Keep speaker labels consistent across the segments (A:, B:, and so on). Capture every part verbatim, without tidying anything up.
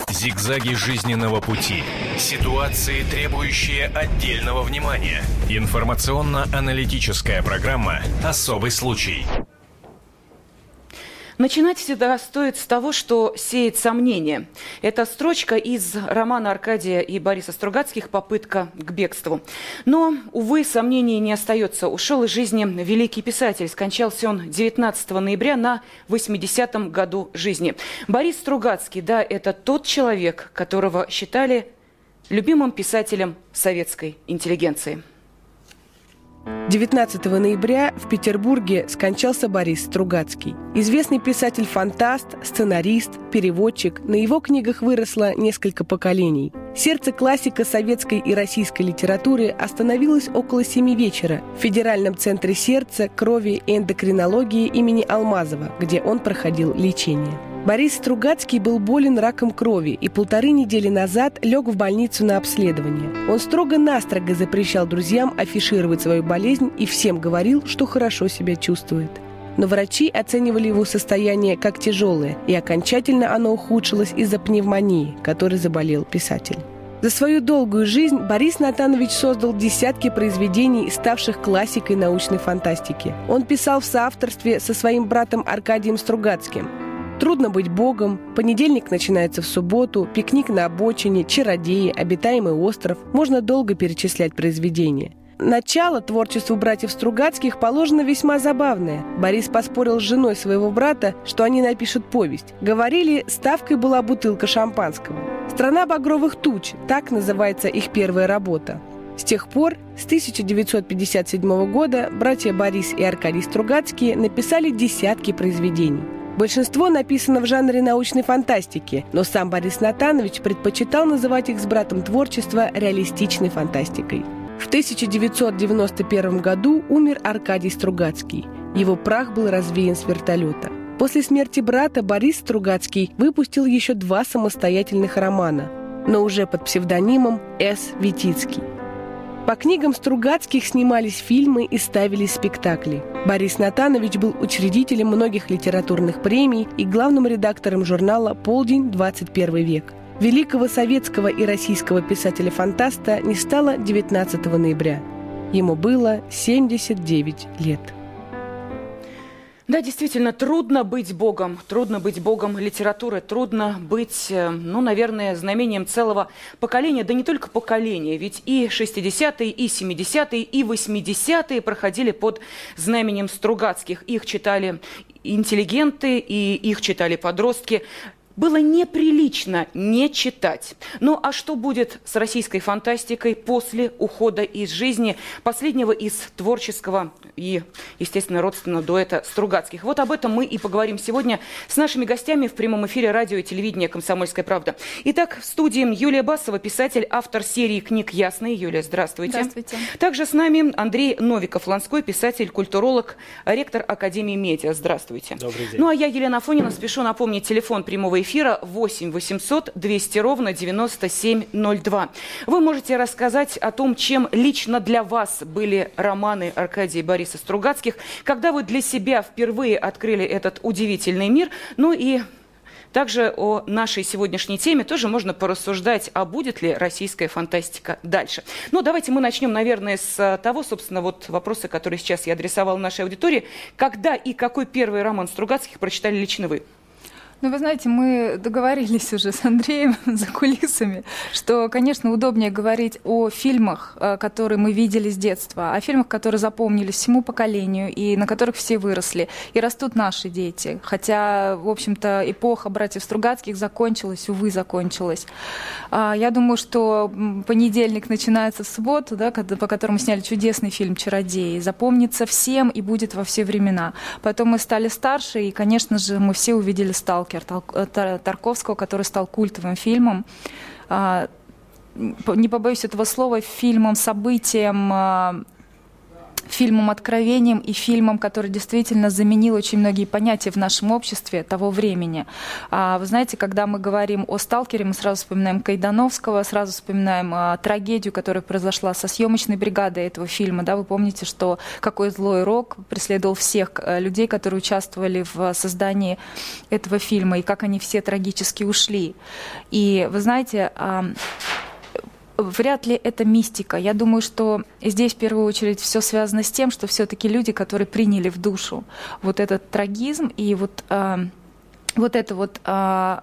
A: Зигзаги жизненного пути. Ситуации, требующие отдельного внимания. Информационно-аналитическая программа «Особый случай».
B: Начинать всегда стоит с того, что сеет сомнения. Это строчка из романа Аркадия и Бориса Стругацких «Попытка к бегству». Но, увы, сомнений не остается. Ушел из жизни великий писатель. Скончался он девятнадцатого ноября на восьмидесятом году жизни. Борис Стругацкий, да, это тот человек, которого считали любимым писателем советской интеллигенции.
C: девятнадцатого ноября в Петербурге скончался Борис Стругацкий. Известный писатель-фантаст, сценарист, переводчик. На его книгах выросло несколько поколений. Сердце классика советской и российской литературы остановилось около семи вечера в Федеральном центре сердца, крови и эндокринологии имени Алмазова, где он проходил лечение. Борис Стругацкий был болен раком крови и полторы недели назад лег в больницу на обследование. Он строго-настрого запрещал друзьям афишировать свою болезнь и всем говорил, что хорошо себя чувствует. Но врачи оценивали его состояние как тяжелое, и окончательно оно ухудшилось из-за пневмонии, которой заболел писатель. За свою долгую жизнь Борис Натанович создал десятки произведений, ставших классикой научной фантастики. Он писал в соавторстве со своим братом Аркадием Стругацким. «Трудно быть богом», «Понедельник начинается в субботу», «Пикник на обочине», «Чародеи», «Обитаемый остров». Можно долго перечислять произведения. Начало творчеству братьев Стругацких положено весьма забавное. Борис поспорил с женой своего брата, что они напишут повесть. Говорили, ставкой была бутылка шампанского. «Страна багровых туч» – так называется их первая работа. С тех пор, с тысяча девятьсот пятьдесят седьмого года, братья Борис и Аркадий Стругацкие написали десятки произведений. Большинство написано в жанре научной фантастики, но сам Борис Натанович предпочитал называть их с братом творчества реалистичной фантастикой. В тысяча девятьсот девяносто первом году умер Аркадий Стругацкий. Его прах был развеян с вертолета. После смерти брата Борис Стругацкий выпустил еще два самостоятельных романа, но уже под псевдонимом С. Витицкий. По книгам Стругацких снимались фильмы и ставились спектакли. Борис Натанович был учредителем многих литературных премий и главным редактором журнала «Полдень. двадцать первый век». Великого советского и российского писателя-фантаста не стало девятнадцатого ноября. Ему было семьдесят девять лет.
B: Да, действительно, трудно быть богом, трудно быть богом литературы, трудно быть, ну, наверное, знамением целого поколения, да не только поколения, ведь и шестидесятые, и семидесятые, и восьмидесятые проходили под знаменем Стругацких. Их читали интеллигенты, и их читали подростки. Было неприлично не читать. Ну а что будет с российской фантастикой после ухода из жизни последнего из творческого и, естественно, родственного дуэта Стругацких? Вот об этом мы и поговорим сегодня с нашими гостями в прямом эфире радио и телевидения «Комсомольская правда». Итак, в студии Юлия Басова, писатель, автор серии книг «Ясные». Юлия, здравствуйте.
D: Здравствуйте. Также
B: с нами Андрей Новиков-Ланской, писатель, культуролог, ректор Академии медиа. Здравствуйте.
E: Добрый день.
B: Ну а я, Елена Афонина, спешу напомнить телефон прямого эфира восемь восемьсот двести ровно девяносто семь ноль два. Вы можете рассказать о том, чем лично для вас были романы Аркадия и Бориса Стругацких, когда вы для себя впервые открыли этот удивительный мир. Ну и также о нашей сегодняшней теме тоже можно порассуждать, а будет ли российская фантастика дальше. Ну, давайте мы начнем, наверное, с того, собственно, вот вопроса, который сейчас я адресовала нашей аудитории. Когда и какой первый роман Стругацких прочитали лично вы?
D: Ну, вы знаете, мы договорились уже с Андреем за кулисами, что, конечно, удобнее говорить о фильмах, которые мы видели с детства, о фильмах, которые запомнились всему поколению и на которых все выросли, и растут наши дети. Хотя, в общем-то, эпоха братьев Стругацких закончилась, увы, закончилась. Я думаю, что понедельник начинается в субботу, да, по которому сняли чудесный фильм «Чародеи», запомнится всем и будет во все времена. Потом мы стали старше, и, конечно же, мы все увидели «Сталкер» Тарковского, который стал культовым фильмом. Не побоюсь этого слова, фильмом, событием, фильмом-откровением и фильмом, который действительно заменил очень многие понятия в нашем обществе того времени. А, вы знаете, когда мы говорим о «Сталкере», мы сразу вспоминаем Кайдановского, сразу вспоминаем а, трагедию, которая произошла со съемочной бригадой этого фильма. Да, вы помните, что какой злой рок преследовал всех а, людей, которые участвовали в создании этого фильма, и как они все трагически ушли. И вы знаете, а, вряд ли это мистика. Я думаю, что здесь в первую очередь все связано с тем, что все-таки люди, которые приняли в душу вот этот трагизм и вот, а, вот эту вот а,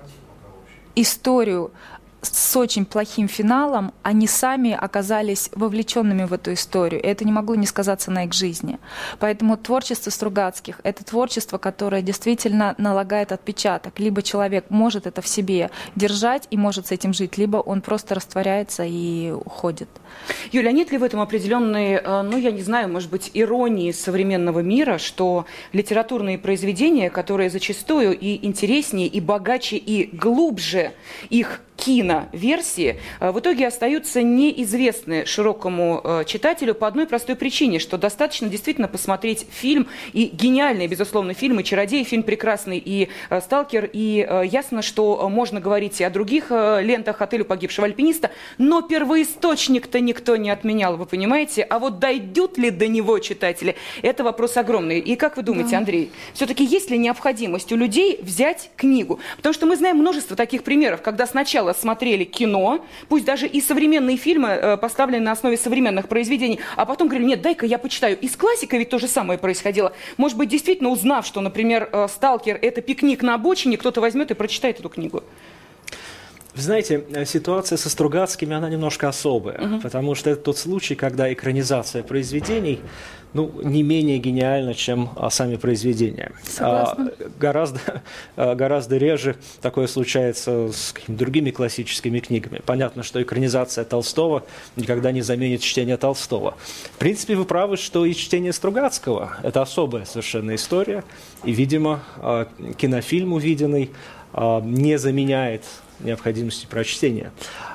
D: историю с очень плохим финалом, они сами оказались вовлеченными в эту историю. И это не могло не сказаться на их жизни. Поэтому творчество Стругацких — это творчество, которое действительно налагает отпечаток. Либо человек может это в себе держать и может с этим жить, либо он просто растворяется и уходит.
B: Юля, а нет ли в этом определенной, ну, я не знаю, может быть, иронии современного мира, что литературные произведения, которые зачастую и интереснее, и богаче, и глубже их киноверсии, в итоге остаются неизвестны широкому читателю по одной простой причине, что достаточно действительно посмотреть фильм, и гениальный, безусловно, фильм, и «Чародей», фильм прекрасный, и «Сталкер», и ясно, что можно говорить и о других лентах «Отель погибшего альпиниста», но первоисточник-то никто не отменял, вы понимаете? А вот дойдут ли до него читатели, это вопрос огромный. И как вы думаете, да. Андрей, все-таки есть ли необходимость у людей взять книгу? Потому что мы знаем множество таких примеров, когда сначала смотрели кино, пусть даже и современные фильмы, поставленные на основе современных произведений, а потом говорили, нет, дай-ка я почитаю. И с классикой ведь то же самое происходило. Может быть, действительно, узнав, что, например, «Сталкер» — это пикник на обочине, кто-то возьмет и прочитает эту книгу.
E: Вы знаете, ситуация со Стругацкими, она немножко особая, угу. потому что это тот случай, когда экранизация произведений, ну, не менее гениальна, чем а, сами произведения. А, гораздо, а, гораздо реже такое случается с какими-то другими классическими книгами. Понятно, что экранизация Толстого никогда не заменит чтение Толстого. В принципе, вы правы, что и чтение Стругацкого – это особая совершенно история, и, видимо, а, кинофильм увиденный а, не заменяет необходимости прочтения.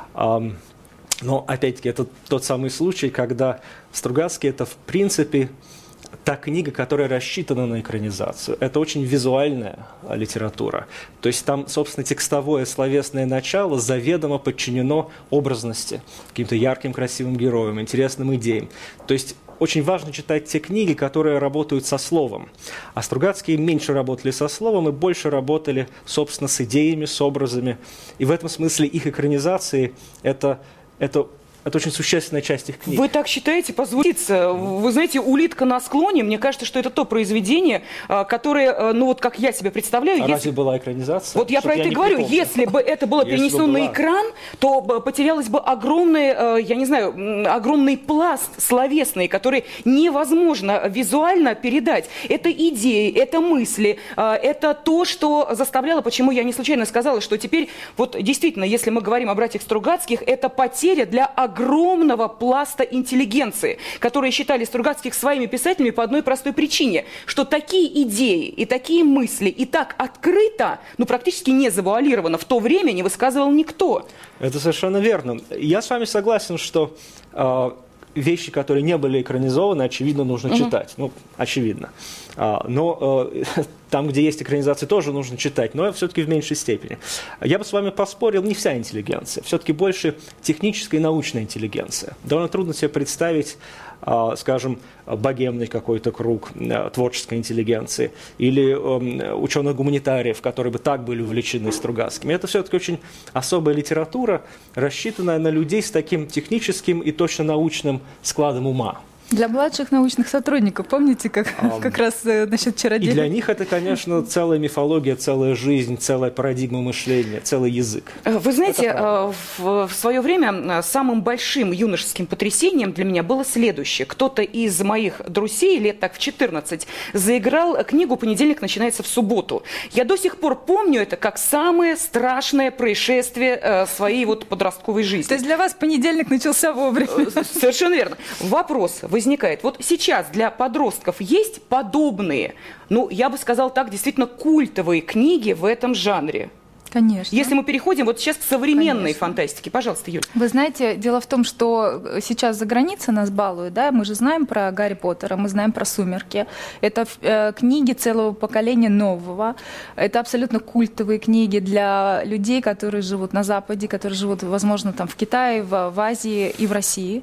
E: Но, опять-таки, это тот самый случай, когда Стругацкий – это, в принципе, та книга, которая рассчитана на экранизацию. Это очень визуальная литература. То есть там, собственно, текстовое словесное начало заведомо подчинено образности, каким-то ярким, красивым героям, интересным идеям. То есть очень важно читать те книги, которые работают со словом. А Стругацкие меньше работали со словом и больше работали, собственно, с идеями, с образами. И в этом смысле их экранизации – это, это, это очень существенная часть их книг.
B: Вы так считаете? Позвольте. Вы знаете, «Улитка на склоне», мне кажется, что это то произведение, которое, ну вот как я себе представляю…
E: А
B: если...
E: разве была экранизация?
B: Вот я про это и говорю. Припомню. Если бы это было перенесено на экран, то потерялось бы огромный, я не знаю, огромный пласт словесный, который невозможно визуально передать. Это идеи, это мысли, это то, что заставляло, почему я не случайно сказала, что теперь, вот действительно, если мы говорим о братьях Стругацких, это потеря для огромного огромного пласта интеллигенции, которые считали Стругацких своими писателями по одной простой причине, что такие идеи и такие мысли и так открыто, ну практически не завуалировано, в то время не высказывал никто.
E: Это совершенно верно. Я с вами согласен, что э, вещи, которые не были экранизованы, очевидно, нужно угу. читать. Ну, очевидно. А, но э, там, где есть экранизация, тоже нужно читать, но все-таки в меньшей степени. Я бы с вами поспорил, не вся интеллигенция, все-таки больше техническая и научная интеллигенция. Довольно трудно себе представить, э, скажем, богемный какой-то круг э, творческой интеллигенции или э, ученых-гуманитариев, которые бы так были увлечены Стругацкими. Это все-таки очень особая литература, рассчитанная на людей с таким техническим и точно научным складом ума.
D: Для младших научных сотрудников, помните, как, um, как раз э, насчет чародея?
E: И для них это, конечно, целая мифология, целая жизнь, целая парадигма мышления, целый язык.
B: Вы знаете, в, в свое время самым большим юношеским потрясением для меня было следующее. Кто-то из моих друзей лет так в четырнадцать заиграл книгу «Понедельник начинается в субботу». Я до сих пор помню это как самое страшное происшествие своей вот подростковой жизни.
D: То есть для вас понедельник начался вовремя?
B: Совершенно верно. Вопрос возникает. Вот сейчас для подростков есть подобные, ну, я бы сказал так, действительно культовые книги в этом жанре?
D: Конечно.
B: Если мы переходим вот сейчас к современной
D: Конечно.
B: фантастике. Пожалуйста, Юль.
D: Вы знаете, дело в том, что сейчас за границей нас балуют, да, мы же знаем про Гарри Поттера, мы знаем про «Сумерки». Это э, книги целого поколения нового. Это абсолютно культовые книги для людей, которые живут на Западе, которые живут, возможно, там в Китае, в, в Азии и в России.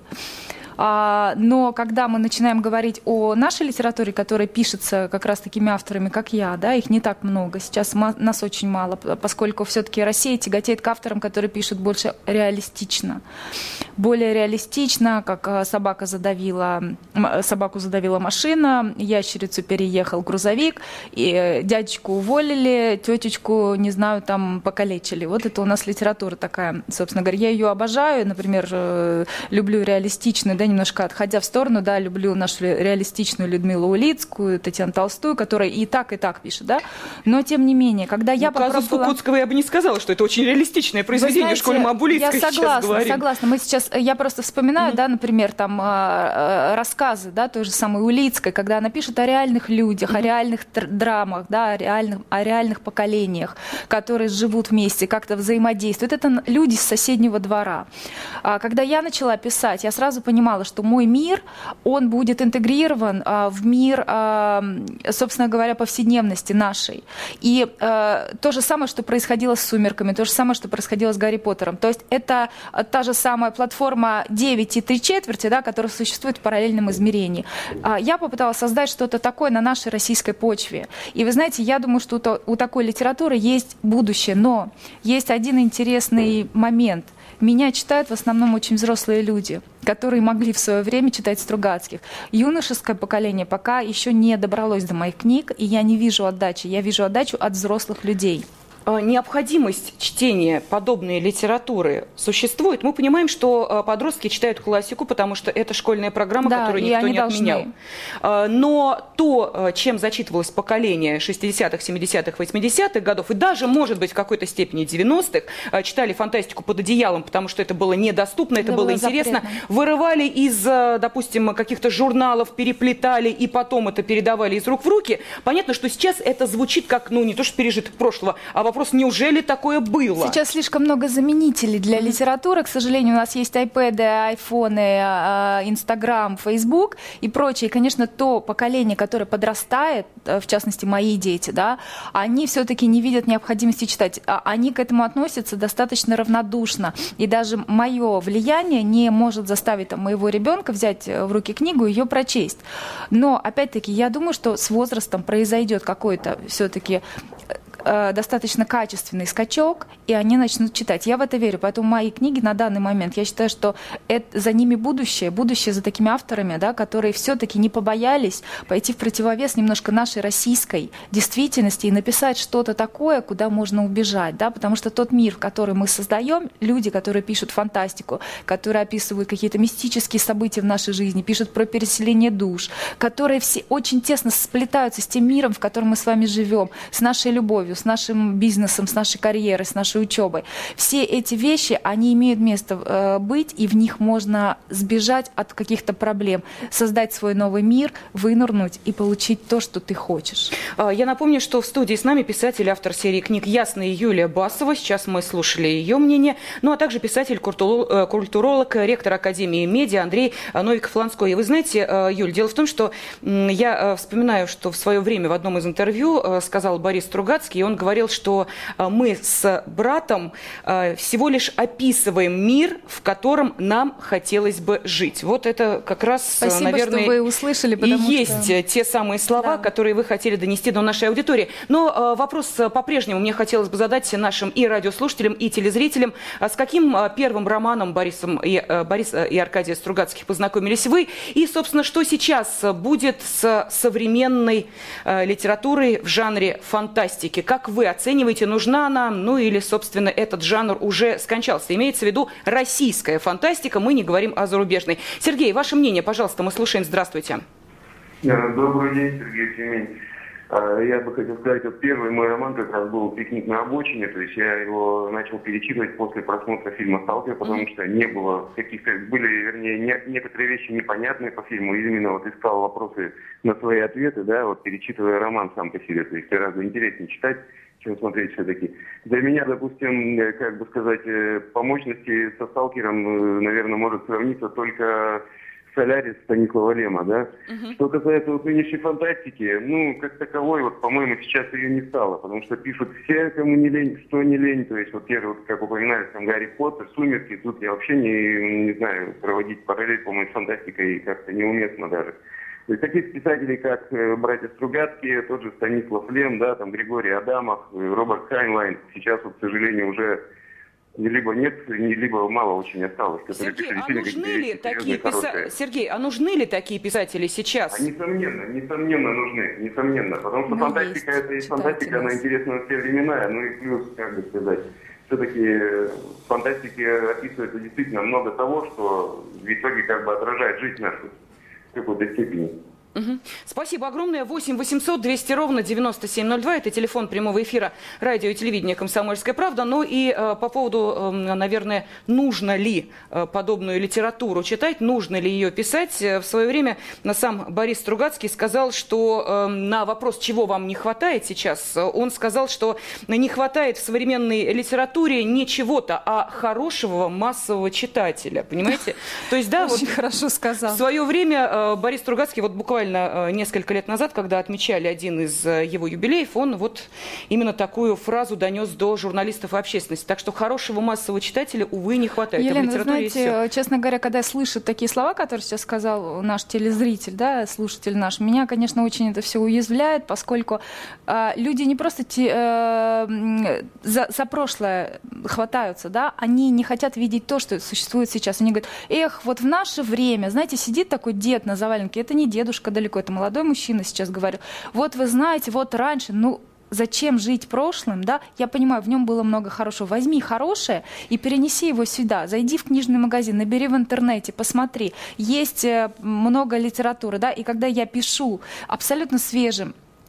D: А, но когда мы начинаем говорить о нашей литературе, которая пишется как раз такими авторами, как я, да, их не так много, сейчас нас очень мало, поскольку все-таки Россия тяготеет к авторам, которые пишут больше реалистично. Более реалистично, как собака задавила, собаку задавила машина, ящерицу переехал грузовик, и дядечку уволили, тетечку, не знаю, там покалечили. Вот это у нас литература такая, собственно говоря. Я ее обожаю, например, люблю реалистичную, да, немножко отходя в сторону, да, люблю нашу реалистичную Людмилу Улицкую, Татьяну Толстую, которая и так, и так пишет, да, но тем не менее, когда я
B: ну, попробовала... Казус Кукоцкого я бы не сказала, что это очень реалистичное произведение, школе Мабулицкой сейчас говорим. Я согласна,
D: согласна, мы сейчас, я просто вспоминаю, mm-hmm. да, например, там рассказы, да, той же самой Улицкой, когда она пишет о реальных людях, mm-hmm. о реальных драмах, да, о реальных, о реальных поколениях, которые живут вместе, как-то взаимодействуют, это люди с соседнего двора. Когда я начала писать, я сразу понимала, что мой мир, он будет интегрирован а, в мир, а, собственно говоря, повседневности нашей. И а, то же самое, что происходило с «Сумерками», то же самое, что происходило с «Гарри Поттером». То есть это та же самая платформа девять и три четверти, да, которая существует в параллельном измерении. А, я попыталась создать что-то такое на нашей российской почве. И вы знаете, я думаю, что у, у такой литературы есть будущее, но есть один интересный момент. Меня читают в основном очень взрослые люди, которые могли в свое время читать Стругацких. Юношеское поколение пока еще не добралось до моих книг, и я не вижу отдачи. Я вижу отдачу от взрослых людей.
B: Необходимость чтения подобной литературы существует. Мы понимаем, что подростки читают классику, потому что это школьная программа, да, которую никто не отменял. Но то, чем зачитывалось поколение шестидесятых, семидесятых, восьмидесятых годов, и даже, может быть, в какой-то степени девяностых, читали фантастику под одеялом, потому что это было недоступно, это, это было, было интересно. Вырывали из, допустим, каких-то журналов, переплетали, и потом это передавали из рук в руки. Понятно, что сейчас это звучит как, ну, не то что пережиток прошлого, а вопрос, неужели такое было?
D: Сейчас слишком много заменителей для mm-hmm. литературы. К сожалению, у нас есть айпэды, айфоны, Инстаграм, Фейсбук и прочее. И, конечно, то поколение, которое подрастает, в частности, мои дети, да, они все-таки не видят необходимости читать. Они к этому относятся достаточно равнодушно. И даже мое влияние не может заставить там, моего ребенка взять в руки книгу и ее прочесть. Но, опять-таки, я думаю, что с возрастом произойдет какой-то все-таки достаточно качественный скачок, и они начнут читать. Я в это верю. Поэтому мои книги на данный момент, я считаю, что это, за ними будущее, будущее за такими авторами, да, которые все-таки не побоялись пойти в противовес немножко нашей российской действительности и написать что-то такое, куда можно убежать. Да, потому что тот мир, который мы создаем, люди, которые пишут фантастику, которые описывают какие-то мистические события в нашей жизни, пишут про переселение душ, которые все очень тесно сплетаются с тем миром, в котором мы с вами живем, с нашей любовью, с нашим бизнесом, с нашей карьерой, с нашей учебой. Все эти вещи, они имеют место э, быть, и в них можно сбежать от каких-то проблем, создать свой новый мир, вынырнуть и получить то, что ты хочешь.
B: Я напомню, что в студии с нами писатель, автор серии книг «Ясная» Юлия Басова. Сейчас мы слушали ее мнение. Ну, а также писатель, культуролог, ректор Академии медиа Андрей Новиков-Ланской. И вы знаете, Юль, дело в том, что я вспоминаю, что в свое время в одном из интервью сказал Борис Стругацкий, и он говорил, что мы с братом всего лишь описываем мир, в котором нам хотелось бы жить. Вот это как раз,
D: Спасибо,
B: наверное,
D: что вы услышали,
B: и есть что... те самые слова, да, которые вы хотели донести до нашей аудитории. Но вопрос по-прежнему мне хотелось бы задать нашим и радиослушателям, и телезрителям. С каким первым романом Борисом и, Борис и Аркадия Стругацких познакомились вы? И, собственно, что сейчас будет с современной литературой в жанре фантастики? Как вы оцениваете, нужна она, ну или, собственно, этот жанр уже скончался? Имеется в виду российская фантастика, мы не говорим о зарубежной. Сергей, ваше мнение, пожалуйста, мы слушаем. Здравствуйте.
F: Добрый день, Сергей Тюмень. Я бы хотел сказать, вот первый мой роман как раз был «Пикник на обочине», то есть я его начал перечитывать после просмотра фильма «Сталкер», потому mm-hmm. что не было каких-то, были, вернее, не, некоторые вещи непонятные по фильму, именно вот искал вопросы на свои ответы, да, вот перечитывая роман сам по себе, то есть гораздо интереснее читать, чем смотреть все-таки. Для меня, допустим, как бы сказать, по мощности со «Сталкером», наверное, может сравниться только «Солярис» Станислава Лема, да? Uh-huh. Что касается вот нынешней фантастики, ну, как таковой, вот, по-моему, сейчас ее не стало, потому что пишут все, кому не лень, что не лень, то есть вот те, вот, как упоминали, там, Гарри Поттер, «Сумерки», тут я вообще не, не знаю, проводить параллель, по-моему, с фантастикой как-то неуместно даже. То есть таких писателей, как э, братья Стругацкие, тот же Станислав Лем, да, там, Григорий Адамов, э, Роберт Хайнлайн, сейчас, вот, к сожалению, уже либо нет, либо мало очень осталось.
B: Сергей, а нужны ли такие писа... Сергей, а нужны ли такие писатели сейчас?
F: А несомненно, несомненно нужны, несомненно, потому что ну, фантастика есть, это и фантастика, она интересна во все времена, ну и плюс, как бы сказать, все-таки в фантастике описывается действительно много того, что в итоге как бы отражает жизнь нашу в какой-то степени.
B: Угу. Спасибо огромное. восемь восемьсот двести ровно девяносто семь ноль два. Это телефон прямого эфира радио и телевидения «Комсомольская правда». Ну и э, по поводу, э, наверное, нужно ли э, подобную литературу читать, нужно ли ее писать. В свое время сам Борис Стругацкий сказал, что э, на вопрос, чего вам не хватает сейчас, он сказал, что не хватает в современной литературе не чего-то, а хорошего массового читателя. Понимаете? То есть, да,
D: очень хорошо сказал.
B: В свое время э, Борис Стругацкий вот буквально несколько лет назад, когда отмечали один из его юбилеев, он вот именно такую фразу донес до журналистов и общественности. Так что хорошего массового читателя, увы, не хватает.
D: Елена,
B: а в литературе
D: знаете, честно говоря, когда я слышу такие слова, которые сейчас сказал наш телезритель, да, слушатель наш, меня, конечно, очень это все уязвляет, поскольку э, люди не просто те, э, за, за прошлое хватаются, да, они не хотят видеть то, что существует сейчас. Они говорят, эх, вот в наше время, знаете, сидит такой дед на заваленке, это не дедушка далеко, это молодой мужчина сейчас говорю. Вот вы знаете, вот раньше, ну, зачем жить прошлым, да? Я понимаю, в нем было много хорошего. Возьми хорошее и перенеси его сюда. Зайди в книжный магазин, набери в интернете, посмотри. Есть много литературы, да, и когда я пишу абсолютно свежим,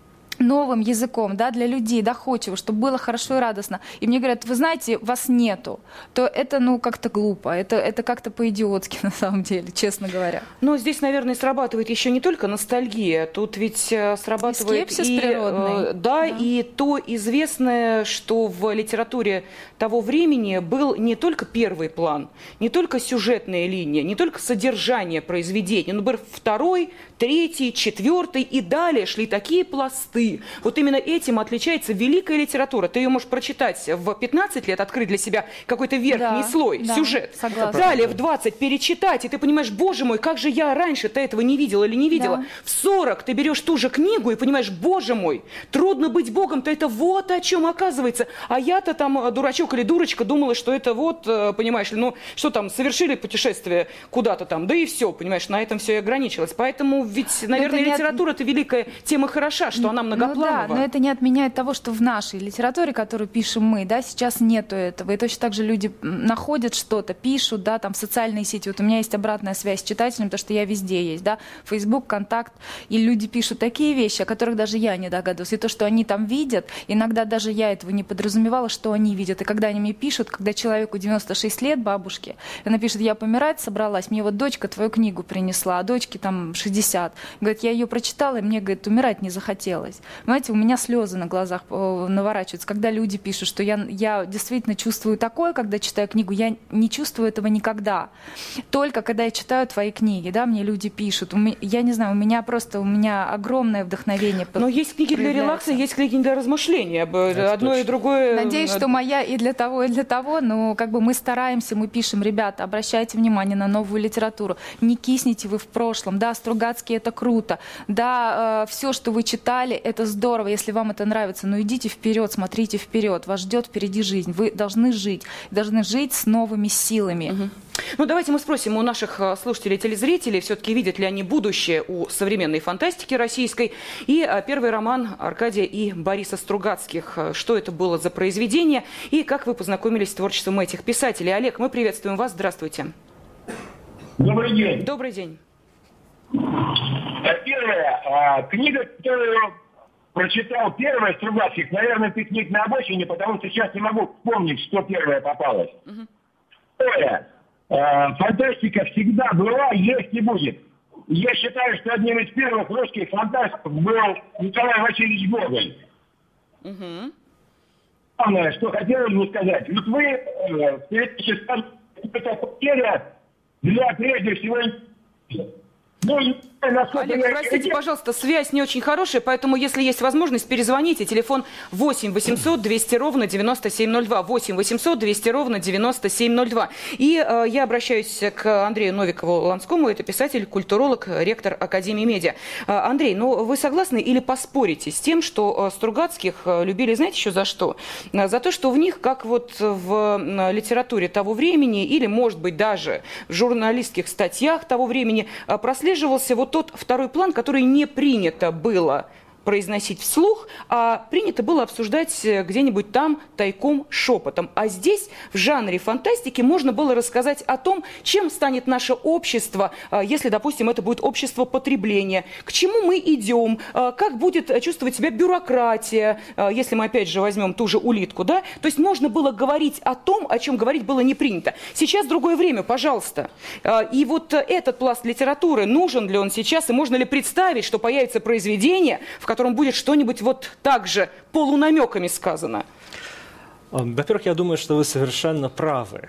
D: новым языком, да, для людей, доходчиво, чтобы было хорошо и радостно. И мне говорят, вы знаете, вас нету, то это, ну, как-то глупо, это, это как-то по-идиотски, на самом деле, честно говоря.
B: Но здесь, наверное, срабатывает еще не только ностальгия, тут ведь срабатывает
D: скепсис
B: и,
D: природный.
B: Э, да, да, и то известное, что в литературе того времени был не только первый план, не только сюжетная линия, не только содержание произведения, но был второй, третий, четвертый, и далее шли такие пласты. Вот именно этим отличается великая литература. Ты ее можешь прочитать в пятнадцать лет, открыть для себя какой-то верхний да, слой, да, сюжет.
D: Согласна.
B: Далее в двадцать перечитать, и ты понимаешь, боже мой, как же я раньше-то этого не видела или не видела. Да. В сорок ты берешь ту же книгу и понимаешь, боже мой, трудно быть Богом-то, это вот о чем оказывается. А я-то там, дурачок или дурочка, думала, что это вот, понимаешь ли, ну, что там, совершили путешествие куда-то там, да и все, понимаешь, на этом все и ограничилось. Поэтому ведь, наверное, это литература это великая тема хороша, что она многоплановая.
D: Ну да, но это не отменяет того, что в нашей литературе, которую пишем мы, да, сейчас нету этого. И точно так же люди находят что-то, пишут, да, там в социальные сети. Вот у меня есть обратная связь с читателем, потому что я везде есть, да, Facebook, Контакт, и люди пишут такие вещи, о которых даже я не догадываюсь. И то, что они там видят, иногда даже я этого не подразумевала, что они видят. И когда они мне пишут, когда человеку девяносто шесть лет, бабушке, она пишет, я помирать собралась, мне вот дочка твою книгу принесла, а дочке там шестьдесят. Говорит, я ее прочитала, и мне, говорит, умирать не захотелось. Понимаете, у меня слезы на глазах наворачиваются, когда люди пишут, что я, я действительно чувствую такое, когда читаю книгу, я не чувствую этого никогда. Только когда я читаю твои книги, да, мне люди пишут. У меня, я не знаю, у меня просто, у меня огромное вдохновение.
B: Но есть книги для релакса, есть книги для размышления. Это одно точно. И другое.
D: Надеюсь, что моя и для того, и для того, но как бы мы стараемся, мы пишем, ребята, обращайте внимание на новую литературу, не кисните вы в прошлом, да, Стругацкий это круто, да, э, все, что вы читали, это здорово, если вам это нравится, но идите вперед, смотрите вперед, вас ждет впереди жизнь, вы должны жить, должны жить с новыми силами.
B: Угу. Ну, давайте мы спросим у наших слушателей, телезрителей, все-таки видят ли они будущее у современной фантастики российской. И первый роман Аркадия и Бориса Стругацких. Что это было за произведение и как вы познакомились с творчеством этих писателей? Олег, мы приветствуем вас. Здравствуйте.
G: Добрый день.
B: Добрый день.
G: Первая книга, которую прочитал, первая Стругацких, наверное, «Пикник на обочине», потому что сейчас не могу вспомнить, что первое попалось. Угу. Второе. Фантастика всегда была, есть и будет. Я считаю, что одним из первых русских фантастов был Николай Васильевич Гоголь.
B: Угу.
G: главное, что хотелось бы сказать. Вот вы э, в передаче сказали, что это потеря для, прежде всего, ну,
B: Олег, простите, пожалуйста, связь не очень хорошая, поэтому, если есть возможность, перезвоните. Телефон восемь восемьсот двести ровно девяносто семь ноль два. восемь восемьсот двести ровно девяносто семь ноль два. И э, я обращаюсь к Андрею Новикову-Ланскому. Это писатель, культуролог, ректор Академии медиа. Э, Андрей, ну вы согласны или поспорите с тем, что э, Стругацких э, любили, знаете, еще за что? Э, за то, что в них, как вот в э, литературе того времени, или, может быть, даже в журналистских статьях того времени, э, прослеживался вот тот второй план, который не принято было произносить вслух, а принято было обсуждать где-нибудь там тайком, шепотом. А здесь, в жанре фантастики, можно было рассказать о том, чем станет наше общество, если, допустим, это будет общество потребления, к чему мы идем, как будет чувствовать себя бюрократия, если мы, опять же, возьмем ту же улитку, да? То есть можно было говорить о том, о чем говорить было не принято. Сейчас другое время, пожалуйста. И вот этот пласт литературы, нужен ли он сейчас, и можно ли представить, что появится произведение, в в котором будет что-нибудь вот так же полунамеками сказано?
E: Во-первых, я думаю, что вы совершенно правы.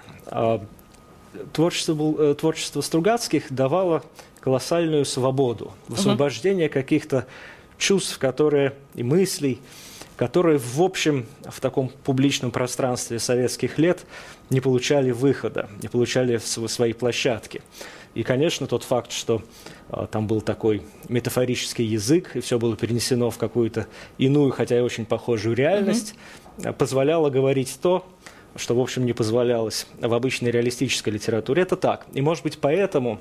E: Творчество, творчество Стругацких давало колоссальную свободу, высвобождение каких-то чувств, которые и мыслей, которые, в общем, в таком публичном пространстве советских лет не получали выхода, не получали свои площадки. И, конечно, тот факт, что а, там был такой метафорический язык, и все было перенесено в какую-то иную, хотя и очень похожую реальность, mm-hmm. позволяло говорить то, что, в общем, не позволялось в обычной реалистической литературе. Это так. И, может быть, поэтому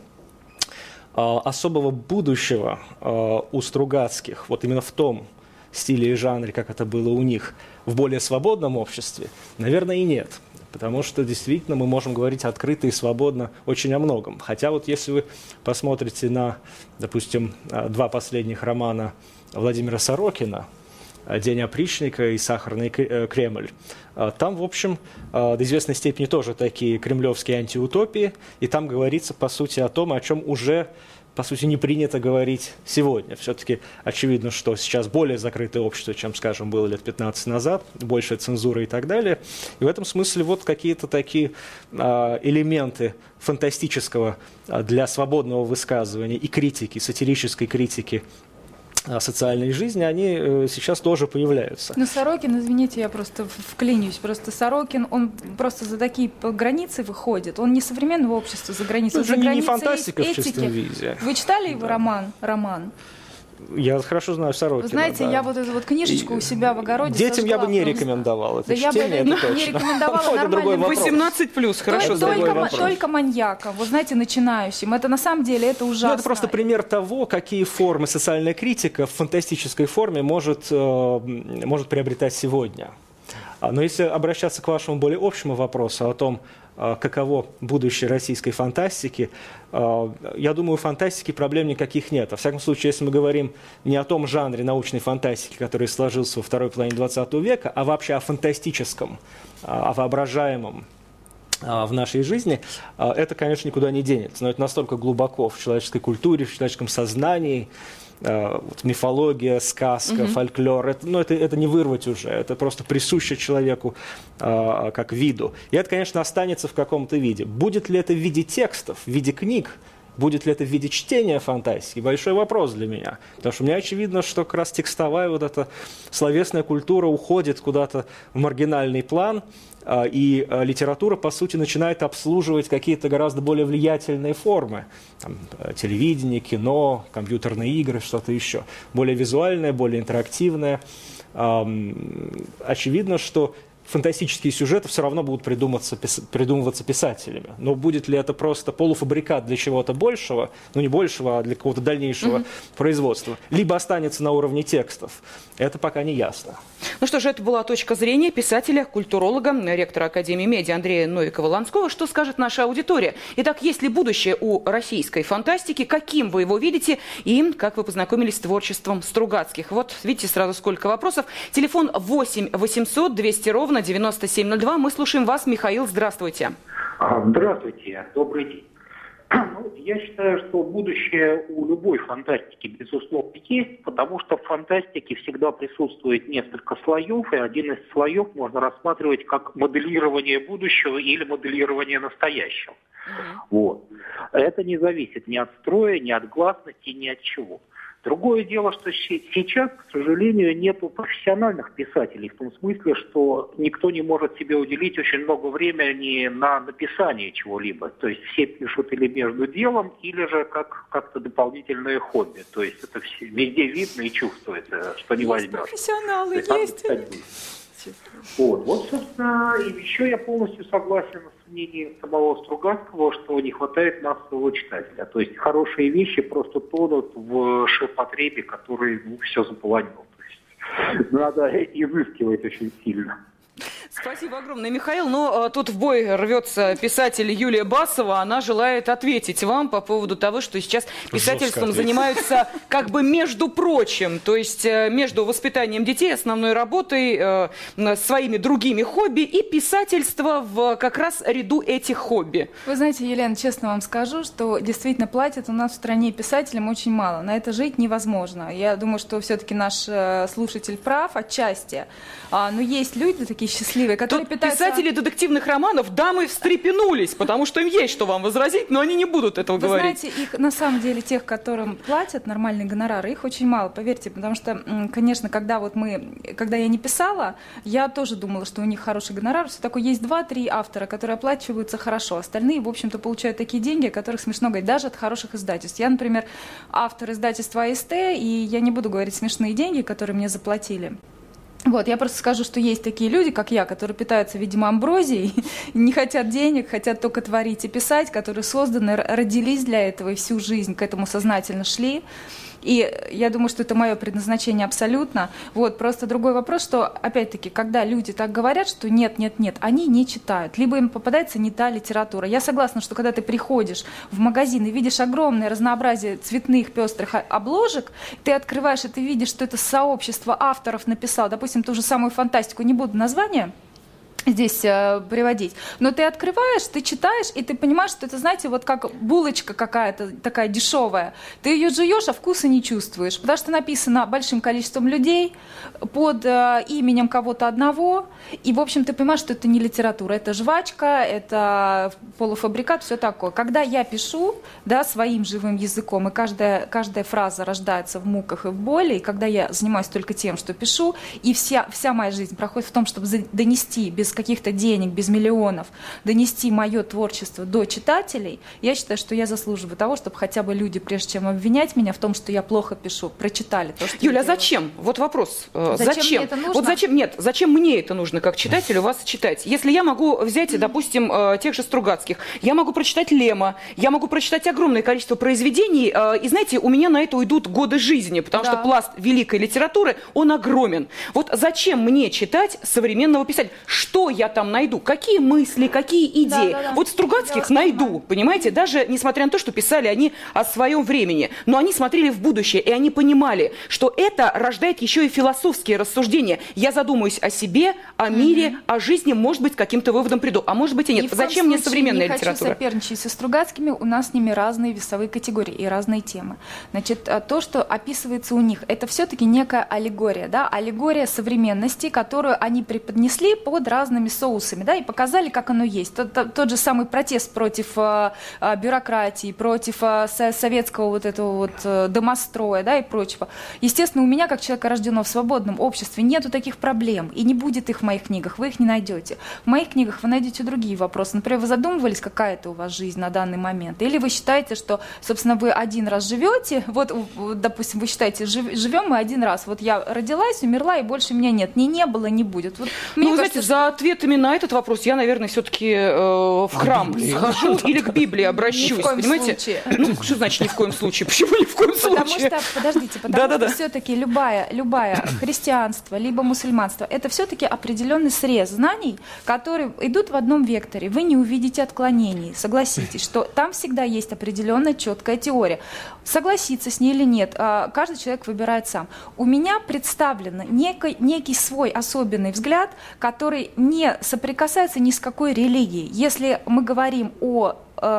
E: а, особого будущего а, у Стругацких, вот именно в том стиле и жанре, как это было у них, в более свободном обществе, наверное, и нет. Потому что действительно мы можем говорить открыто и свободно очень о многом. Хотя вот если вы посмотрите на, допустим, два последних романа Владимира Сорокина «День опричника» и «Сахарный Кремль», там, в общем, до известной степени тоже такие кремлевские антиутопии, и там говорится, по сути, о том, о чем уже, по сути, не принято говорить сегодня. Все-таки очевидно, что сейчас более закрытое общество, чем, скажем, было лет пятнадцать назад, большая цензура и так далее. И в этом смысле вот какие-то такие а, элементы фантастического а, для свободного высказывания и критики, сатирической критики социальной жизни, они сейчас тоже появляются.
D: Но Сорокин, извините, я просто вклинюсь, просто Сорокин, он просто за такие границы выходит, он не современного общества за границей,
E: это
D: за
E: не
D: границей
E: фантастика в
D: этики.
E: чистом виде.
D: Вы читали его
E: да.
D: роман? Роман?
E: Я хорошо знаю Сорокина.
D: Вы знаете,
E: да.
D: я вот эту вот книжечку у себя в огороде
E: детям
D: сожгла,
E: я бы не
D: просто.
E: рекомендовал это
D: да
E: чтение,
D: я бы
E: это
D: не
E: точно.
D: рекомендовала нормальным
B: восемнадцать плюс, хорошо.
D: Только, только, только маньякам, вы знаете, начинающим. Это на самом деле, это ужасно.
E: Ну, это просто пример того, какие формы социальная критика в фантастической форме может, э, может приобретать сегодня. Но если обращаться к вашему более общему вопросу о том, каково будущее российской фантастики, я думаю, у фантастики проблем никаких нет. Во всяком случае, если мы говорим не о том жанре научной фантастики, который сложился во второй половине двадцатого века, а вообще о фантастическом, о воображаемом в нашей жизни, это, конечно, никуда не денется. Но это настолько глубоко в человеческой культуре, в человеческом сознании, вот, мифология, сказка, mm-hmm. фольклор, это, ну, это, это не вырвать уже, это просто присуще человеку э, как виду. И это, конечно, останется в каком-то виде. Будет ли это в виде текстов, в виде книг, будет ли это в виде чтения фантастики? Большой вопрос для меня. Потому что мне очевидно, что как раз текстовая вот эта словесная культура уходит куда-то в маргинальный план, и литература, по сути, начинает обслуживать какие-то гораздо более влиятельные формы. Там, телевидение, кино, компьютерные игры, что-то еще. Более визуальное, более интерактивное. Очевидно, что фантастические сюжеты все равно будут придумываться, придумываться писателями. Но будет ли это просто полуфабрикат для чего-то большего, ну не большего, а для какого-то дальнейшего mm-hmm. производства, либо останется на уровне текстов, это пока не ясно.
B: Ну что же, это была точка зрения писателя, культуролога, ректора Академии медиа Андрея Новикова-Ланского. Что скажет наша аудитория? Итак, есть ли будущее у российской фантастики? Каким вы его видите? И как вы познакомились с творчеством Стругацких? Вот, видите, сразу сколько вопросов. Телефон восемь восемьсот двести ровно девяносто семь ноль два. Мы слушаем вас, Михаил. Здравствуйте.
H: Здравствуйте. Добрый день. Ну, я считаю, что будущее у любой фантастики, безусловно, есть, потому что в фантастике всегда присутствует несколько слоев, и один из слоев можно рассматривать как моделирование будущего или моделирование настоящего. Mm-hmm. Вот. Это не зависит ни от строя, ни от гласности, ни от чего. Другое дело, что сейчас, к сожалению, нет профессиональных писателей, в том смысле, что никто не может себе уделить очень много времени на написание чего-либо. То есть все пишут или между делом, или же как, как-то дополнительное хобби. То есть это все, везде видно и чувствуется, что не есть возьмешь.
D: Профессионалы
H: есть.
D: есть.
H: Вот, вот, собственно, и еще я полностью согласен с мнением самого Стругацкого, что не хватает массового читателя. То есть хорошие вещи просто тонут в ширпотребе, который ну, все заполонил. То есть надо изыскивать очень сильно.
B: Спасибо огромное, Михаил. Но а, тут в бой рвется писатель Юлия Басова. Она желает ответить вам по поводу того, что сейчас писательством занимаются как бы между прочим. То есть между воспитанием детей, основной работой, э, своими другими хобби и писательство в как раз ряду этих хобби.
D: Вы знаете, Елена, честно вам скажу, что действительно платят у нас в стране писателям очень мало. На это жить невозможно. Я думаю, что все-таки наш слушатель прав отчасти. А, но есть люди такие счастливые, которые
B: Тут
D: питаются...
B: писатели детективных романов, дамы встрепенулись, потому что им есть что вам возразить, но они не будут этого
D: Вы
B: говорить.
D: знаете, их на самом деле, тех, которым платят нормальные гонорары, их очень мало, поверьте, потому что, конечно, когда вот мы, когда я не писала, я тоже думала, что у них хороший гонорар, все такое, есть два-три автора, которые оплачиваются хорошо, остальные, в общем-то, получают такие деньги, о которых смешно говорить, даже от хороших издательств. Я, например, автор издательства АСТ, и я не буду говорить смешные деньги, которые мне заплатили. Вот, я просто скажу, что есть такие люди, как я, которые питаются, видимо, амброзией, не хотят денег, хотят только творить и писать, которые созданы, родились для этого и всю жизнь к этому сознательно шли. И я думаю, что это мое предназначение абсолютно. Вот, просто другой вопрос, что, опять-таки, когда люди так говорят, что нет, нет, нет, они не читают, либо им попадается не та литература. Я согласна, что когда ты приходишь в магазин и видишь огромное разнообразие цветных, пестрых обложек, ты открываешь, и ты видишь, что это сообщество авторов написало, допустим, ту же самую фантастику, не буду название здесь э, приводить. Но ты открываешь, ты читаешь, и ты понимаешь, что это, знаете, вот как булочка какая-то такая дешевая. Ты ее жуешь, а вкуса не чувствуешь, потому что написано большим количеством людей, под э, именем кого-то одного, и, в общем, ты понимаешь, что это не литература, это жвачка, это полуфабрикат, все такое. Когда я пишу, да, своим живым языком, и каждая, каждая фраза рождается в муках и в боли, и когда я занимаюсь только тем, что пишу, и вся, вся моя жизнь проходит в том, чтобы донести без каких-то денег, без миллионов, донести мое творчество до читателей, я считаю, что я заслуживаю того, чтобы хотя бы люди, прежде чем обвинять меня в том, что я плохо пишу, прочитали то, что
B: Юля,
D: я
B: а зачем? Вот вопрос.
D: Зачем,
B: зачем?
D: мне это нужно?
B: Вот зачем? Нет, зачем мне это нужно, как читателю, вас читать? Если я могу взять, допустим, тех же Стругацких, я могу прочитать Лема, я могу прочитать огромное количество произведений, и, знаете, у меня на это уйдут годы жизни, потому да. что пласт великой литературы, он огромен. Вот зачем мне читать современного писателя? Что я там найду? Какие мысли, какие идеи? Да, да, да. Вот Стругацких найду, понимаете? Даже несмотря на то, что писали они о своем времени, но они смотрели в будущее, и они понимали, что это рождает еще и философские рассуждения. Я задумаюсь о себе, о мире, mm-hmm. о жизни, может быть, каким-то выводом приду, а может быть и нет.
D: И
B: зачем мне современная
D: не
B: литература?
D: Не хочу соперничать со Стругацкими, у нас с ними разные весовые категории и разные темы. Значит, то, что описывается у них, это все-таки некая аллегория, да, аллегория современности, которую они преподнесли под разными соусами, да, и показали, как оно есть. Тот, тот, тот же самый протест против э, бюрократии, против э, советского вот этого вот э, домостроя, да, и прочего. Естественно, у меня, как человека, рожденного в свободном обществе, нету таких проблем, и не будет их в моих книгах, вы их не найдете. В моих книгах вы найдете другие вопросы. Например, вы задумывались, какая это у вас жизнь на данный момент? Или вы считаете, что, собственно, вы один раз живете, вот, допустим, вы считаете, живем мы один раз, вот я родилась, умерла, и больше меня нет. Ни не было, не будет. Вот,
B: ну, вы знаете, что... за ответами на этот вопрос я, наверное, все-таки э, в храм схожу или к Библии обращусь,
D: ни в коем
B: понимаете?
D: Случае.
B: Ну, что значит ни в коем случае? Почему ни в коем
D: потому
B: случае?
D: Что, подождите, потому да, что да, да. все-таки любая, любая христианство, либо мусульманство, это все-таки определенный срез знаний, которые идут в одном векторе. Вы не увидите отклонений. Согласитесь, что там всегда есть определенная четкая теория. Согласиться с ней или нет, каждый человек выбирает сам. У меня представлен некий, некий свой особенный взгляд, который не соприкасается ни с какой религией. Если мы говорим о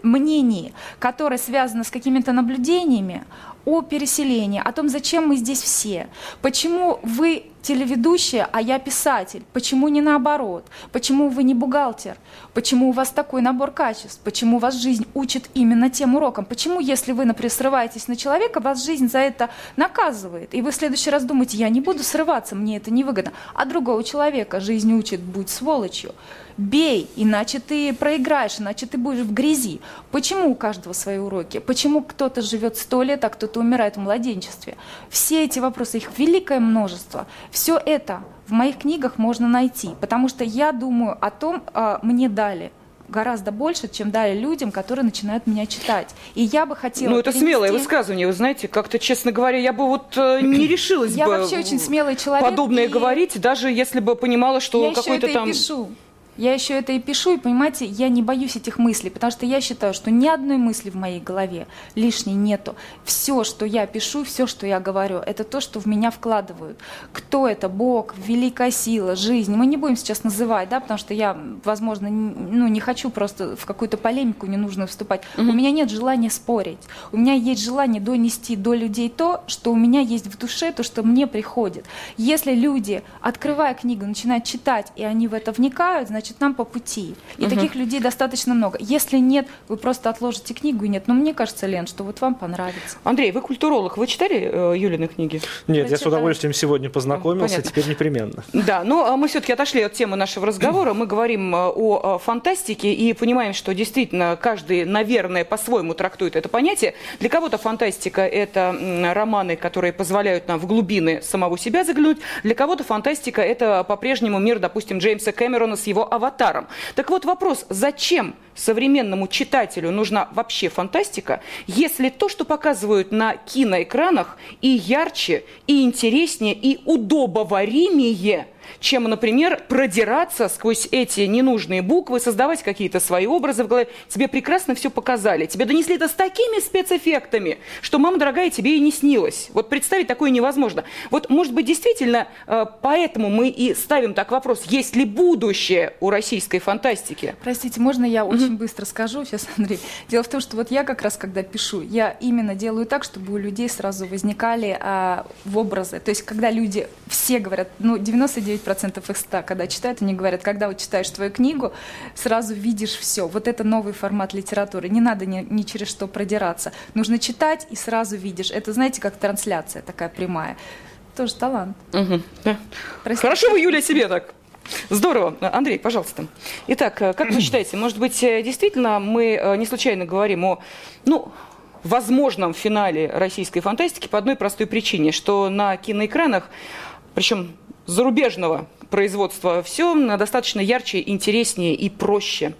D: мнении, которое связано с какими-то наблюдениями о переселении, о том, зачем мы здесь все, почему вы телеведущая, а я писатель, почему не наоборот, почему вы не бухгалтер, почему у вас такой набор качеств, почему вас жизнь учит именно тем урокам, почему, если вы, например, срываетесь на человека, вас жизнь за это наказывает, и вы в следующий раз думаете, я не буду срываться, мне это невыгодно, а другого человека жизнь учит, будь сволочью. Бей, иначе ты проиграешь, иначе ты будешь в грязи. Почему у каждого свои уроки? Почему кто-то живет сто лет, а кто-то умирает в младенчестве? Все эти вопросы, их великое множество. Все это в моих книгах можно найти, потому что я думаю о том, а, мне дали гораздо больше, чем дали людям, которые начинают меня читать. И я бы хотела...
B: Ну, это
D: перенести...
B: смелое высказывание, вы знаете, как-то, честно говоря, я бы вот э, не решилась
D: я
B: бы
D: вообще очень смелый человек,
B: подобное
D: и...
B: говорить, даже если бы понимала, что
D: я
B: какой-то
D: еще это
B: там...
D: и пишу. Я еще это и пишу, и, понимаете, я не боюсь этих мыслей, потому что я считаю, что ни одной мысли в моей голове лишней нету. Все, что я пишу, все, что я говорю, это то, что в меня вкладывают. Кто это? Бог, великая сила, жизнь. Мы не будем сейчас называть, да, потому что я, возможно, ну, не хочу просто в какую-то полемику ненужную вступать. Mm-hmm. У меня нет желания спорить. У меня есть желание донести до людей то, что у меня есть в душе, то, что мне приходит. Если люди, открывая книгу, начинают читать, и они в это вникают, значит, значит, нам по пути. И угу. таких людей достаточно много. Если нет, вы просто отложите книгу и нет. Но мне кажется, Лен, что вот вам понравится.
B: Андрей, вы культуролог. Вы читали э, Юлины книги?
E: Нет,
D: Прочитали.
E: Я с удовольствием сегодня познакомился,
B: Понятно.
E: Теперь непременно.
B: Да, но мы все-таки отошли от темы нашего разговора. Мы говорим о фантастике и понимаем, что действительно каждый, наверное, по-своему трактует это понятие. Для кого-то фантастика – это романы, которые позволяют нам в глубины самого себя заглянуть. Для кого-то фантастика – это по-прежнему мир, допустим, Джеймса Кэмерона с его «Аватаром». Так вот вопрос, зачем современному читателю нужна вообще фантастика, если то, что показывают на киноэкранах, и ярче, и интереснее, и удобоваримее, чем, например, продираться сквозь эти ненужные буквы, создавать какие-то свои образы в голове. Тебе прекрасно все показали. Тебе донесли это с такими спецэффектами, что, мама дорогая, тебе и не снилось. Вот представить такое невозможно. Вот, может быть, действительно, поэтому мы и ставим так вопрос, есть ли будущее у российской фантастики?
D: Простите, можно я очень mm-hmm. быстро скажу сейчас, Андрей? Дело в том, что вот я как раз, когда пишу, я именно делаю так, чтобы у людей сразу возникали а, в образы. То есть, когда люди все говорят, ну, девяносто девять процентов их ста, когда читают, они говорят, когда вот читаешь твою книгу, сразу видишь все. Вот это новый формат литературы. Не надо ни, ни через что продираться. Нужно читать и сразу видишь. Это, знаете, как трансляция такая прямая. Тоже талант.
B: Угу, да. Хорошо вы, Юля, себе так. Здорово. Андрей, пожалуйста. Итак, как вы считаете, может быть, действительно мы не случайно говорим о, ну, возможном финале российской фантастики по одной простой причине, что на киноэкранах, причем зарубежного производства, все достаточно ярче, интереснее и проще?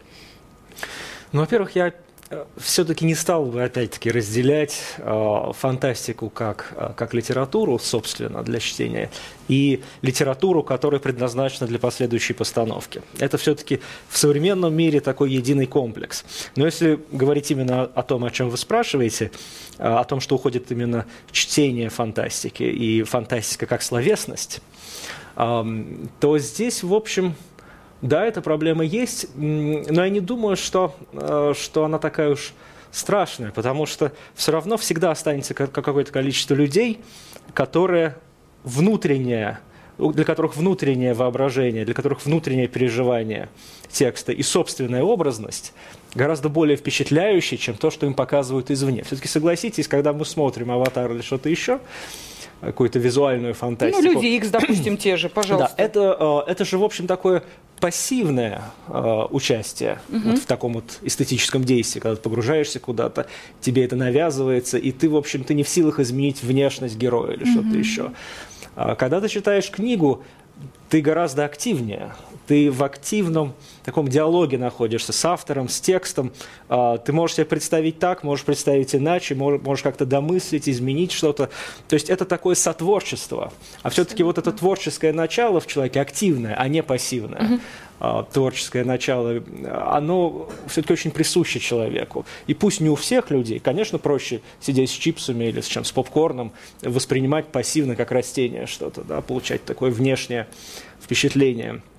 E: Ну, во-первых, я все-таки не стал бы, опять-таки, разделять э, фантастику как, э, как литературу, собственно, для чтения, и литературу, которая предназначена для последующей постановки. Это все-таки в современном мире такой единый комплекс. Но если говорить именно о том, о чем вы спрашиваете, э, о том, что уходит именно чтение фантастики и фантастика как словесность, э, то здесь, в общем... Да, эта проблема есть, но я не думаю, что, что она такая уж страшная, потому что все равно всегда останется какое-то количество людей, которые внутреннее, для которых внутреннее воображение, для которых внутреннее переживание текста и собственная образность гораздо более впечатляющие, чем то, что им показывают извне. Все-таки согласитесь, когда мы смотрим «Аватар» или что-то еще, какую-то визуальную фантастику.
B: Ну, «Люди Икс», допустим, те же, пожалуйста.
E: Да, это, это же, в общем, такое пассивное э, участие угу. вот в таком вот эстетическом действии, когда ты погружаешься куда-то, тебе это навязывается, и ты, в общем, ты не в силах изменить внешность героя или угу. что-то еще. А когда ты читаешь книгу, ты гораздо активнее, ты в активном таком диалоге находишься с автором, с текстом, ты можешь себе представить так, можешь представить иначе, можешь как-то домыслить, изменить что-то. То есть это такое сотворчество. А все-таки вот это творческое начало в человеке активное, а не пассивное. Угу. Творческое начало, оно все-таки очень присуще человеку. И пусть не у всех людей, конечно, проще сидеть с чипсами или с чем, с попкорном, воспринимать пассивно как растение что-то, да, получать такое внешнее впечатление.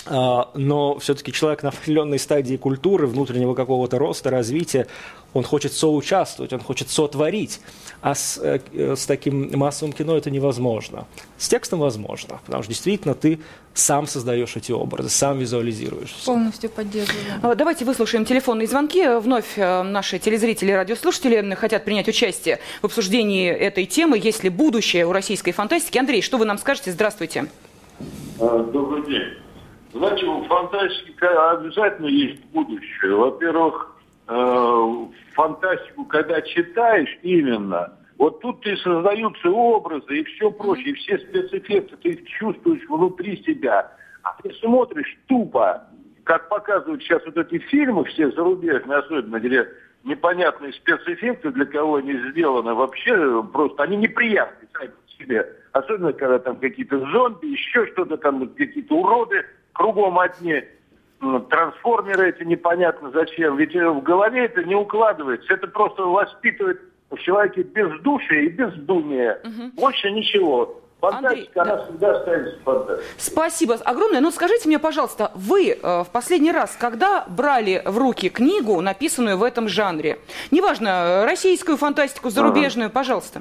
E: но все-таки человек на определенной стадии культуры, внутреннего какого-то роста, развития, он хочет соучаствовать, он хочет сотворить, а с, с таким массовым кино это невозможно. С текстом возможно, потому что действительно ты сам создаешь эти образы, сам визуализируешь.
D: Полностью поддерживаю.
B: Давайте выслушаем телефонные звонки. Вновь наши телезрители и радиослушатели хотят принять участие в обсуждении этой темы. Есть ли будущее у российской фантастики? Андрей, что вы нам скажете? Здравствуйте.
I: Добрый день. Знаете, у фантастики обязательно есть будущее. Во-первых, фантастику, когда читаешь именно, вот тут и создаются образы и все прочее, и все спецэффекты ты чувствуешь внутри себя. А ты смотришь тупо, как показывают сейчас вот эти фильмы, все зарубежные, особенно, где непонятные спецэффекты, для кого они сделаны, вообще просто, они неприятны сами по себе. Особенно, когда там какие-то зомби, еще что-то там, какие-то уроды, кругом одни трансформеры эти непонятно зачем. Ведь в голове это не укладывается. Это просто воспитывает в человеке бездушие и бездумие. Угу. Больше ничего. Фантастика, Андрей, она да. всегда остается фантастикой.
B: Спасибо огромное. Ну, скажите мне, пожалуйста, вы э, в последний раз, когда брали в руки книгу, написанную в этом жанре? Неважно, российскую фантастику, зарубежную, ага. пожалуйста.